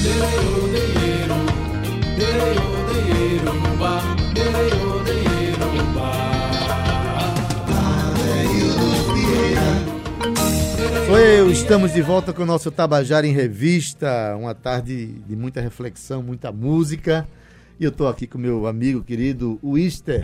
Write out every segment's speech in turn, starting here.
Estamos de volta com o nosso Tabajara em Revista, uma tarde de muita reflexão, muita música. E eu estou aqui com meu amigo querido Wister.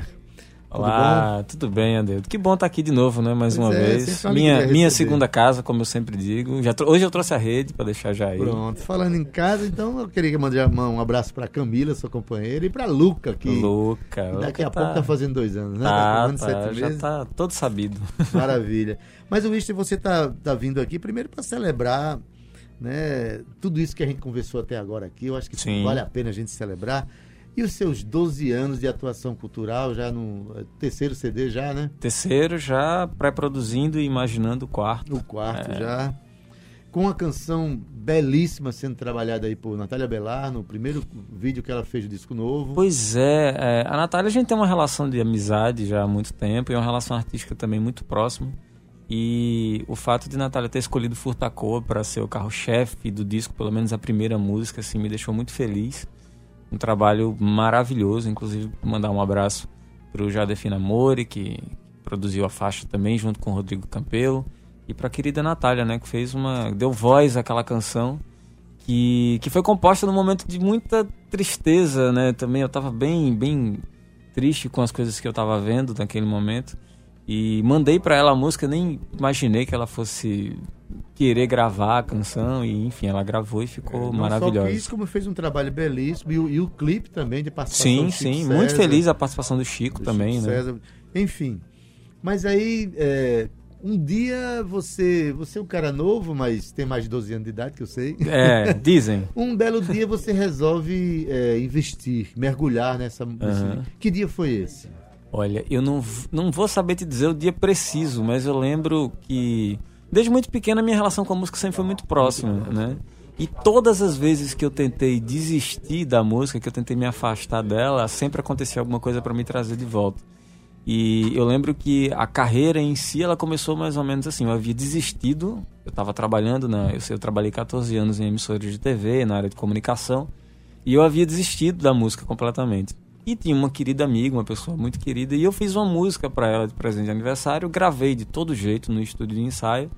Olá, tudo bem, Adeildo? Que bom estar aqui de novo, né? Mais uma vez. Minha segunda casa, como eu sempre digo. Hoje eu trouxe a rede para deixar já aí. Pronto, falando em casa, então eu queria mandar um abraço para Camila, sua companheira, e para Luca, que daqui a pouco está fazendo 2 anos, né? Já está todo sabido. Maravilha. Mas o Wister, você tá vindo aqui primeiro para celebrar, né, tudo isso que a gente conversou até agora aqui. Eu acho que vale a pena a gente celebrar. E os seus 12 anos de atuação cultural, já no terceiro CD já, né? Terceiro já, pré-produzindo e imaginando o quarto. O quarto já. Com uma canção belíssima sendo trabalhada aí por Natália Bellar, no primeiro vídeo que ela fez do disco novo. Pois é, a Natália, a gente tem uma relação de amizade já há muito tempo e uma relação artística também muito próxima. E o fato de Natália ter escolhido Furtacô para ser o carro-chefe do disco, pelo menos a primeira música, assim, me deixou muito feliz. Um trabalho maravilhoso, inclusive mandar um abraço para o Jader Finamori, que produziu a faixa também junto com o Rodrigo Campelo, e para a querida Natália, né, que deu voz àquela canção que foi composta num momento de muita tristeza, né? Também eu estava bem triste com as coisas que eu estava vendo naquele momento. E mandei para ela a música, nem imaginei que ela fosse querer gravar a canção. E enfim, ela gravou e ficou maravilhosa. Só que isso, como fez um trabalho belíssimo. E o clipe também de participação do Chico Sim, César, muito feliz a participação do Chico também, Chico né? César. Enfim, mas aí um dia você é um cara novo, mas tem mais de 12 anos de idade, que eu sei. Dizem. Um belo dia você resolve investir, mergulhar nessa... Que dia foi esse? Olha, eu não vou saber te dizer o dia preciso, mas eu lembro que desde muito pequena a minha relação com a música sempre foi muito próxima, né? E todas as vezes que eu tentei desistir da música, que eu tentei me afastar dela, sempre acontecia alguma coisa para me trazer de volta. E eu lembro que a carreira em si, ela começou mais ou menos assim. Eu havia desistido, eu estava trabalhando, eu trabalhei 14 anos em emissoras de TV, na área de comunicação, e eu havia desistido da música completamente. E tinha uma querida amiga, uma pessoa muito querida, e eu fiz uma música para ela de presente de aniversário, gravei de todo jeito no estúdio de ensaio,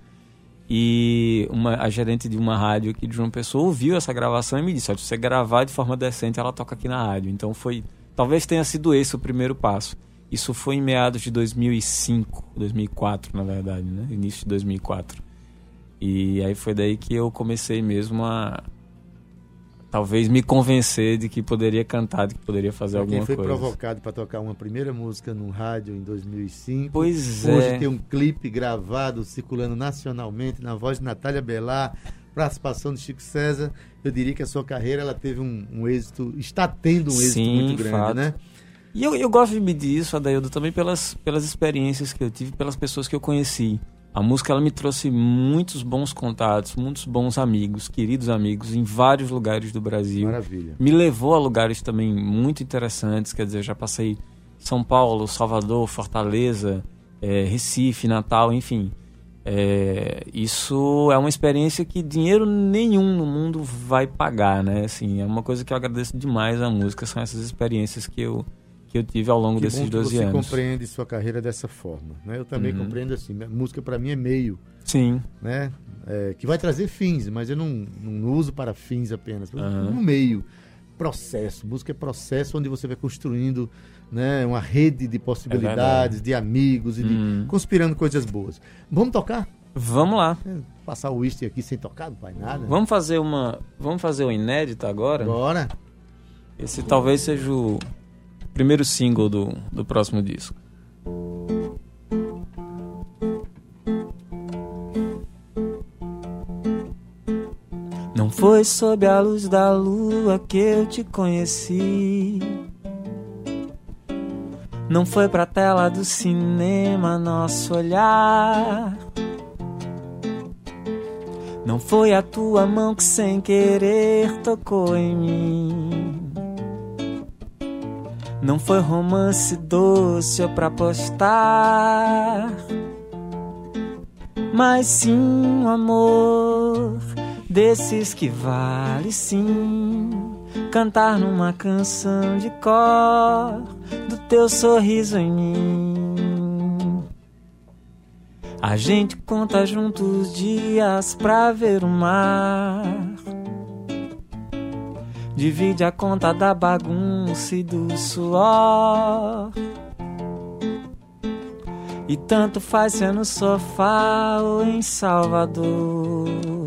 e a gerente de uma rádio aqui de João Pessoa ouviu essa gravação e me disse: se você gravar de forma decente, ela toca aqui na rádio. Então talvez tenha sido esse o primeiro passo. Isso foi em meados de 2004, na verdade, né? Início de 2004. E aí foi daí que eu comecei mesmo a talvez me convencer de que poderia cantar, de que poderia fazer alguma coisa. Quem foi provocado para tocar uma primeira música no rádio em 2005. Pois Hoje tem um clipe gravado, circulando nacionalmente, na voz de Natália Bellar, participação de Chico César. Eu diria que a sua carreira ela teve um êxito, está tendo um êxito muito grande, fato. Né? E eu gosto de medir isso, Adeildo, também pelas experiências que eu tive, pelas pessoas que eu conheci. A música ela me trouxe muitos bons contatos, muitos bons amigos, queridos amigos, em vários lugares do Brasil. Maravilha. Me levou a lugares também muito interessantes, quer dizer, já passei São Paulo, Salvador, Fortaleza, Recife, Natal, enfim. Isso é uma experiência que dinheiro nenhum no mundo vai pagar, né? Assim, é uma coisa que eu agradeço demais à música, são essas experiências que eu tive ao longo desses 12 anos. Você compreende sua carreira dessa forma, né? Eu também compreendo assim. Música para mim é meio. Sim. Né? Que vai trazer fins, mas eu não uso para fins apenas. Um meio. Processo. Música é processo onde você vai construindo, né, uma rede de possibilidades, de amigos e conspirando coisas boas. Vamos tocar? Vamos lá. Passar o Wister aqui sem tocar, não faz nada. Vamos fazer o inédito agora? Bora. Esse talvez seja o primeiro single do próximo disco. Não foi sob a luz da lua que eu te conheci. Não foi pra tela do cinema nosso olhar. Não foi a tua mão que sem querer tocou em mim. Não foi romance doce ou pra postar, mas sim um amor desses que vale sim cantar numa canção de cor do teu sorriso em mim. A gente conta juntos dias pra ver o mar, divide a conta da bagunça e do suor, e tanto faz se é no sofá ou em Salvador.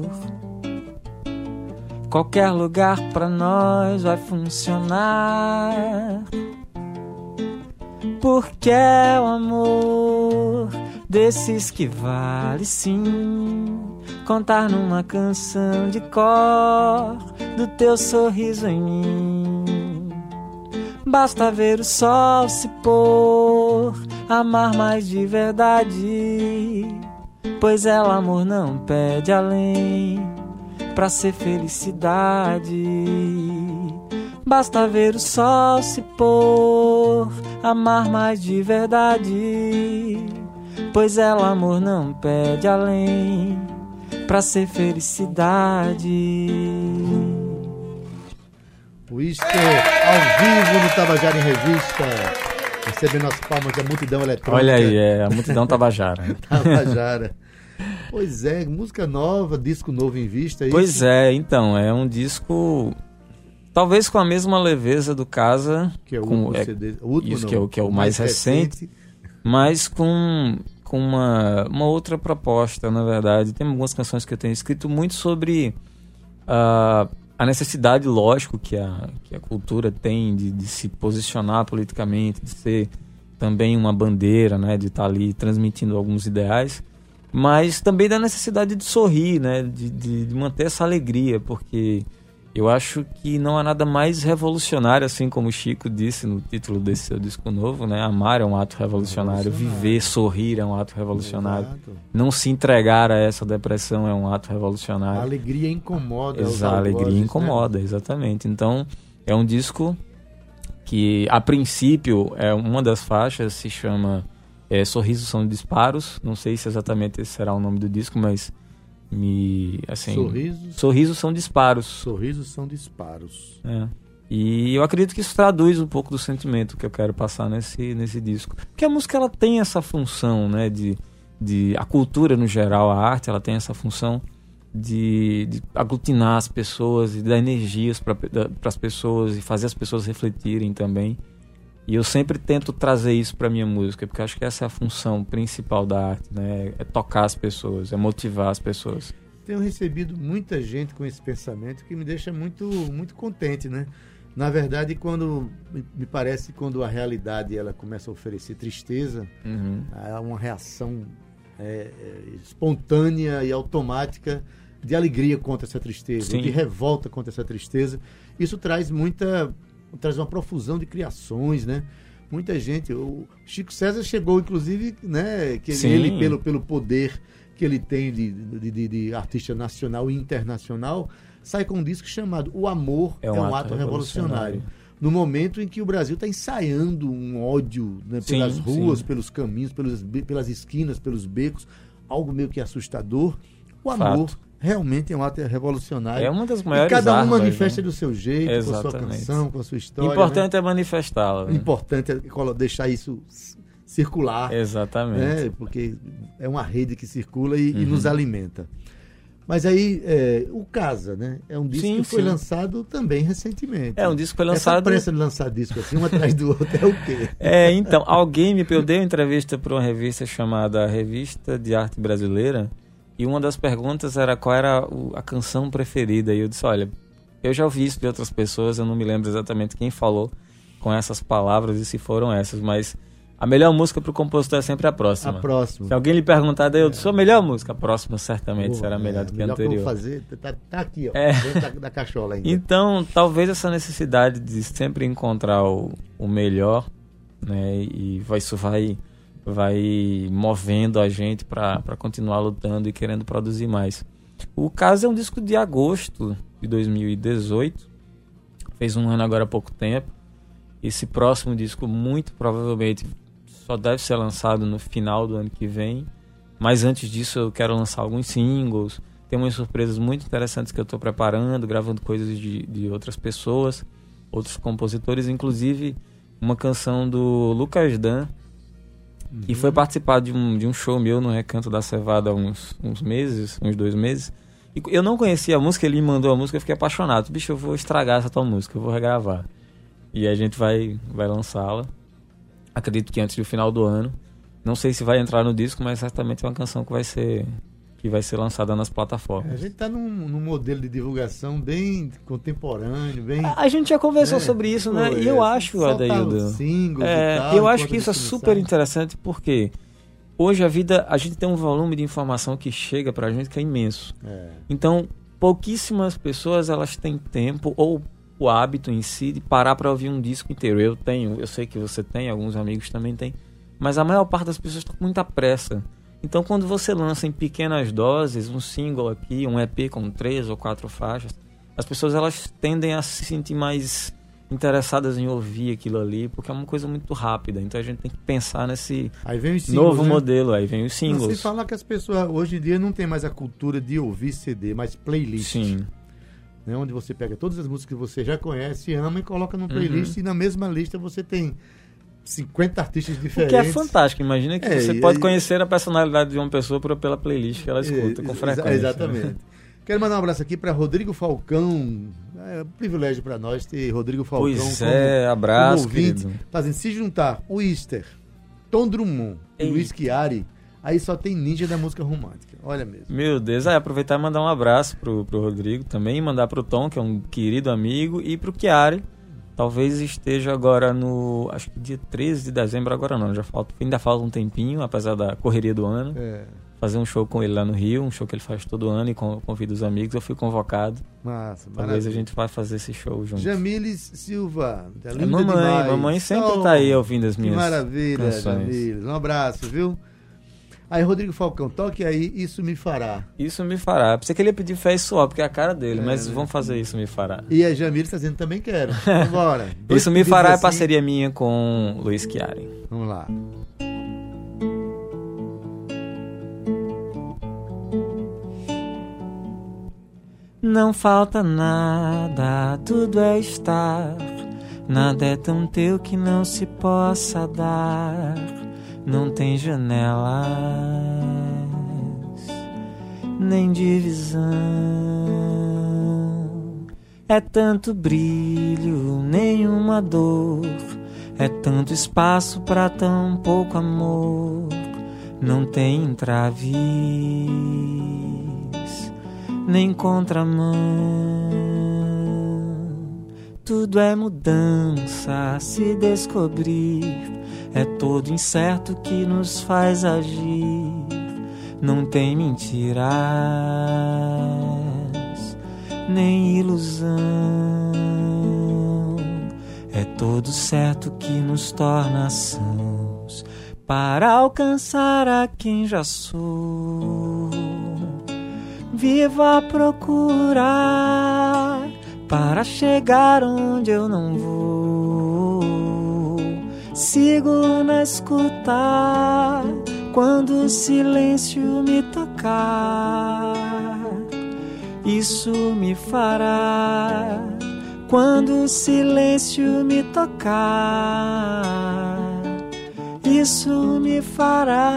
Qualquer lugar pra nós vai funcionar, porque é o amor desses que vale sim contar numa canção de cor do teu sorriso em mim. Basta ver o sol se pôr, amar mais de verdade, pois é o amor não pede além pra ser felicidade. Basta ver o sol se pôr, amar mais de verdade, pois é o amor não pede além pra ser felicidade. Whisky ao vivo no Tabajara em Revista, recebendo as palmas da multidão eletrônica. Olha aí, a multidão Tabajara. Tabajara. Pois é, música nova, disco novo em vista. Pois é, então, é um disco talvez com a mesma leveza do Casa, que é o último CD, o último isso, não, que é o mais recente, mas com uma outra proposta, na verdade. Tem algumas canções que eu tenho escrito muito sobre a necessidade, lógico, que a cultura tem de se posicionar politicamente, de ser também uma bandeira, né, de estar ali transmitindo alguns ideais, mas também da necessidade de sorrir, né, de manter essa alegria, porque eu acho que não há nada mais revolucionário, assim como o Chico disse no título desse seu disco novo, né? Amar é um ato revolucionário, viver, sorrir é um ato revolucionário. Exato. Não se entregar a essa depressão é um ato revolucionário. A alegria incomoda. A alegria incomoda, né? Exatamente. Então, é um disco que, a princípio, uma das faixas se chama Sorrisos São Disparos. Não sei se exatamente esse será o nome do disco, mas... Sorrisos são disparos. Sorrisos são disparos. E eu acredito que isso traduz um pouco do sentimento que eu quero passar nesse disco. Porque a música, ela tem essa função, né, a cultura no geral, a arte, ela tem essa função de aglutinar as pessoas e dar energias para as pessoas e fazer as pessoas refletirem também. E eu sempre tento trazer isso para minha música, porque acho que essa é a função principal da arte, né? É tocar as pessoas, é motivar as pessoas. Tenho recebido muita gente com esse pensamento que me deixa muito, muito contente, né? Na verdade, me parece quando a realidade ela começa a oferecer tristeza, há uma reação espontânea e automática de alegria contra essa tristeza, de revolta contra essa tristeza. Isso traz uma profusão de criações, né? Muita gente, o Chico César chegou, inclusive, né, que ele pelo poder que ele tem de artista nacional e internacional, sai com um disco chamado O Amor é um Ato Revolucionário. No momento em que o Brasil está ensaiando um ódio, né, pelas ruas, pelos caminhos, pelas esquinas, pelos becos, algo meio que assustador. O amor realmente é um ato revolucionário. É uma das maiores e cada um armas, manifesta né? do seu jeito, Exatamente. com a sua canção, com a sua história. O importante né? é manifestá-la. Né? O importante é deixar isso circular. Exatamente. Né? Porque é uma rede que circula e nos alimenta. Mas aí, o Casa, né? É um disco que foi lançado também recentemente. É um disco que foi lançado... Essa pressa de lançar disco assim, um atrás do outro, é o quê? Então, eu dei uma entrevista para uma revista chamada Revista de Arte Brasileira, e uma das perguntas era qual era a canção preferida. E eu disse, olha, eu já ouvi isso de outras pessoas, eu não me lembro exatamente quem falou com essas palavras e se foram essas, mas a melhor música para o compositor é sempre a próxima. A próxima. Se alguém lhe perguntar, daí eu disse, a melhor música, a próxima certamente será melhor do que a anterior. Que eu vou fazer, tá aqui, ó, dentro da cachola ainda. Então, talvez essa necessidade de sempre encontrar o melhor, né, e isso vai movendo a gente para continuar lutando e querendo produzir mais. O Caso é um disco de agosto de 2018, fez um ano agora há pouco tempo. Esse próximo disco muito provavelmente só deve ser lançado no final do ano que vem, mas antes disso eu quero lançar alguns singles. Tem umas surpresas muito interessantes que eu estou preparando, gravando coisas de outras pessoas, outros compositores, inclusive uma canção do Lucas Dan, que foi participar de um show meu no Recanto da Cevada há uns 2 meses. E eu não conhecia a música, ele me mandou a música, eu fiquei apaixonado. Bicho, eu vou estragar essa tua música, eu vou regravar. E a gente vai lançá-la. Acredito que antes do final do ano. Não sei se vai entrar no disco, mas certamente é uma canção que vai ser lançada nas plataformas. A gente está num modelo de divulgação bem contemporâneo, bem... A gente já conversou sobre isso, né? E eu acho, Adaildo... Eu acho que isso é super interessante porque hoje a gente tem um volume de informação que chega pra gente que é imenso. Então, pouquíssimas pessoas elas têm tempo ou o hábito em si de parar para ouvir um disco inteiro. Eu sei que você tem, alguns amigos também têm, mas a maior parte das pessoas está com muita pressa. Então, quando você lança em pequenas doses, um single aqui, um EP com 3 ou 4 faixas, as pessoas elas tendem a se sentir mais interessadas em ouvir aquilo ali, porque é uma coisa muito rápida. Então, a gente tem que pensar nesse novo modelo. Aí vem os singles. Você fala que as pessoas, hoje em dia, não tem mais a cultura de ouvir CD, mas playlist. Sim. Né, onde você pega todas as músicas que você já conhece, ama e coloca numa playlist, e na mesma lista você tem 50 artistas diferentes. O que é fantástico. Imagina que você pode conhecer a personalidade de uma pessoa pela playlist que ela escuta com frequência. Exatamente. Né? Quero mandar um abraço aqui para Rodrigo Falcão. É um privilégio para nós ter Rodrigo Falcão abraço, como ouvinte. Fazendo se juntar o Easter, Tom Drummond e Luiz Chiari, aí só tem ninja da música romântica. Olha mesmo. Meu Deus. Aproveitar e mandar um abraço pro Rodrigo também, mandar pro Tom, que é um querido amigo, e pro Chiari. Talvez esteja agora acho que dia 13 de dezembro, agora não, ainda falta um tempinho, apesar da correria do ano. Fazer um show com ele lá no Rio, um show que ele faz todo ano e convida os amigos. Eu fui convocado. Massa, talvez a gente vai fazer esse show junto. Jamiles Silva, mamãe sempre tá aí ouvindo as minhas maravilha, canções. Jamiles. Um abraço, viu? Aí, Rodrigo Falcão, toque aí Isso Me Fará. Isso Me Fará. Pensei que ele ia pedir Fé e Suor, porque é a cara dele, mas vamos fazer Isso Me Fará. E a Jamile está dizendo também quero. Vambora. Isso Me Fará é parceria minha com Luiz Chiari. Vamos lá. Não falta nada, tudo é estar. Nada é tão teu que não se possa dar. Não tem janelas, nem divisão. É tanto brilho, nenhuma dor. É tanto espaço pra tão pouco amor. Não tem entraves, nem contramão. Tudo é mudança, se descobrir. É todo incerto que nos faz agir. Não tem mentiras, nem ilusão. É todo certo que nos torna sãos para alcançar a quem já sou. Vivo a procurar para chegar onde eu não vou. Sigo na escuta quando o silêncio me tocar. Isso me fará quando o silêncio me tocar. Isso me fará.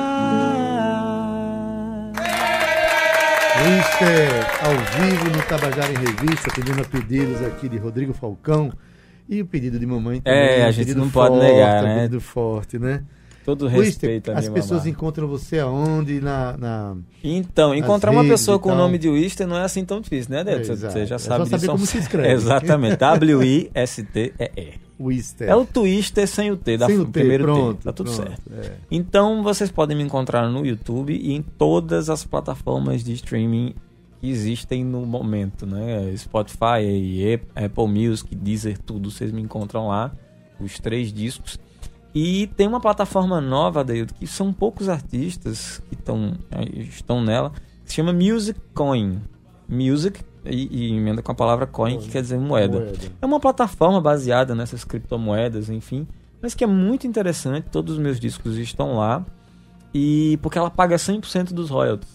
Easter, ao vivo no Tabajara em Revista, atendendo a pedidos aqui de Rodrigo Falcão. E o pedido de mamãe também. A gente não pode negar, né? Pedido forte, né? Todo respeito a minha As pessoas encontram você aonde? Então, encontrar uma pessoa com o nome de Wister não é assim tão difícil, né, Dedo? Você já sabe disso. Como se escreve. Exatamente. W-I-S-T-E-E. Wister. É o Twister sem o T, primeiro pronto, T. Tá tudo pronto, certo. Então, vocês podem me encontrar no YouTube e em todas as plataformas de streaming que existem no momento, né? Spotify, Apple Music, Deezer, tudo. Vocês me encontram lá, os 3 discos. E tem uma plataforma nova, Adaildo, que são poucos artistas que estão nela, que se chama Music Coin. Music e emenda com a palavra coin, que quer dizer moeda. É uma plataforma baseada nessas criptomoedas, enfim, mas que é muito interessante. Todos os meus discos estão lá, e porque ela paga 100% dos royalties.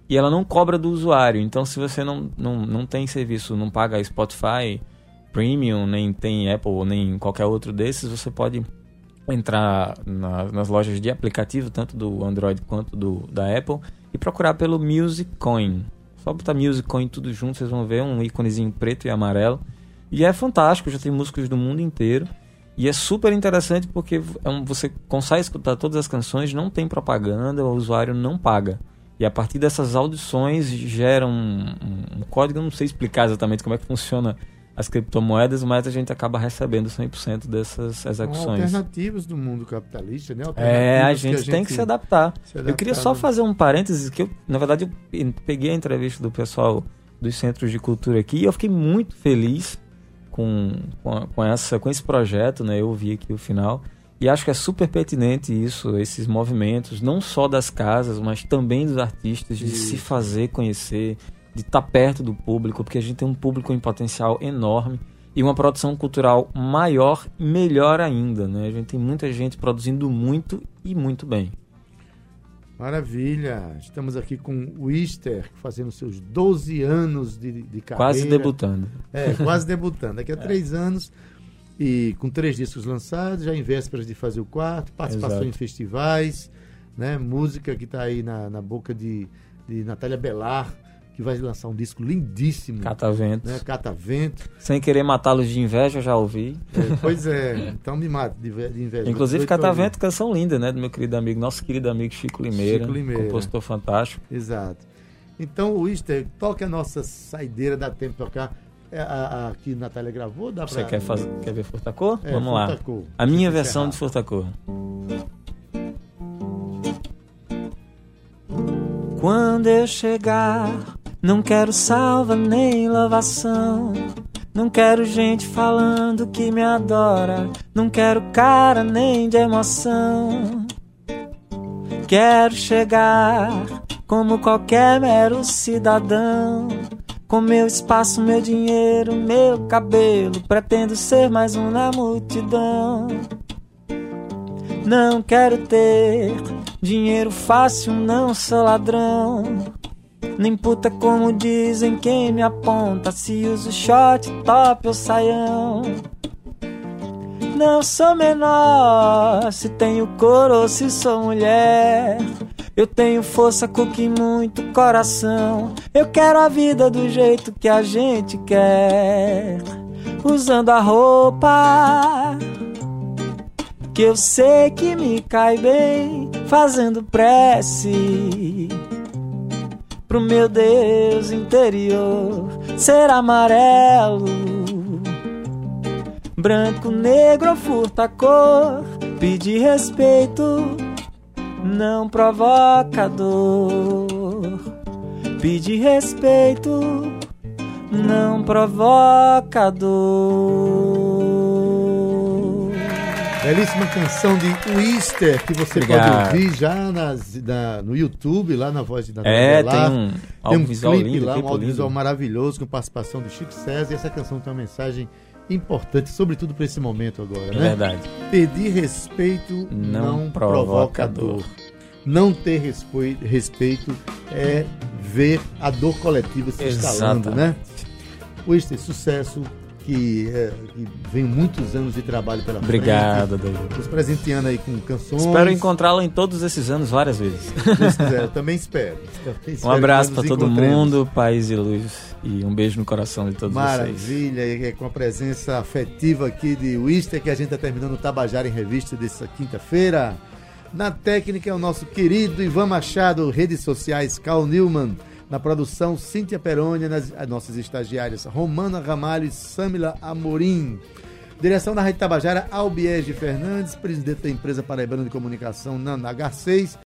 e ela não cobra do usuário. Então, se você não tem serviço, não paga Spotify Premium, nem tem Apple, nem qualquer outro desses, você pode entrar nas lojas de aplicativo, tanto do Android quanto da Apple, e procurar pelo Music Coin. Só botar Music Coin tudo junto, vocês vão ver um íconezinho preto e amarelo. E é fantástico, já tem músicos do mundo inteiro. E é super interessante porque você consegue escutar todas as canções, não tem propaganda, o usuário não paga. E a partir dessas audições gera um código, eu não sei explicar exatamente como é que funciona as criptomoedas, mas a gente acaba recebendo 100% dessas execuções. Alternativas do mundo capitalista, né? A gente tem que se adaptar. Eu queria só fazer um parênteses, que na verdade eu peguei a entrevista do pessoal dos centros de cultura aqui e eu fiquei muito feliz com esse projeto, né? Eu ouvi aqui o final e acho que é super pertinente esses movimentos, não só das casas, mas também dos artistas, de se fazer conhecer, de estar perto do público, porque a gente tem um público em potencial enorme e uma produção cultural maior e melhor ainda, né? A gente tem muita gente produzindo muito e muito bem. Maravilha! Estamos aqui com o Wister, fazendo seus 12 anos de carreira. Quase debutando. Quase debutando. Daqui a 3 anos, e com 3 discos lançados, já em vésperas de fazer o 4º, participação em festivais, né? Música que está aí na boca de Natália Bellar, que vai lançar um disco lindíssimo. Catavento. Né? Catavento. Sem querer matá-los de inveja, já ouvi. Pois é, então me mata de inveja. Inclusive Catavento, canção linda, né? Do meu querido amigo, nosso querido amigo Chico Limeira. Compositor fantástico. Exato. Então, Wister, toca a nossa saideira, dá tempo de tocar. Aqui Natália gravou, dá pra... Você quer ver Furtacor? Vamos Furtacor. Lá. A minha versão de Furtacor. Quando eu chegar, não quero salva nem louvação. Não quero gente falando que me adora. Não quero cara nem de emoção. Quero chegar como qualquer mero cidadão, com meu espaço, meu dinheiro, meu cabelo. Pretendo ser mais um na multidão. Não quero ter dinheiro fácil, não sou ladrão. Nem puta como dizem quem me aponta, se uso short, top ou saião. Não sou menor, se tenho cor ou se sou mulher. Eu tenho força, cuca e muito coração. Eu quero a vida do jeito que a gente quer, usando a roupa que eu sei que me cai bem, fazendo prece pro meu Deus interior. Ser amarelo, branco, negro ou furta-cor, pedir respeito não provoca dor. Pedir respeito não provoca dor. Belíssima canção de Wister, que você pode ouvir já no YouTube, lá na voz de Natália Bellar. Tem um clipe lindo, lá, um audiovisual maravilhoso, com participação do Chico César. E essa canção tem uma mensagem importante, sobretudo para esse momento agora, né? Verdade. Pedir respeito não provoca dor. Não ter respeito é ver a dor coletiva se instalando, né? Wister, sucesso. Que vem muitos anos de trabalho pela frente. Obrigado, David. Nos presenteando aí com canções. Espero encontrá-lo em todos esses anos várias vezes. Se quiser, eu também espero. Um abraço para todo mundo, paz e luz, e um beijo no coração de todos vocês. Maravilha, e com a presença afetiva aqui de Wister, que a gente está terminando o Tabajara em Revista dessa quinta-feira. Na técnica é o nosso querido Ivan Machado, redes sociais Carl Newman. Na produção, Cíntia Peroni, nas nossas estagiárias Romana Ramalho e Samila Amorim. Direção da Rádio Tabajara, Albiege Fernandes, presidente da empresa paraibana de comunicação, Nana H6.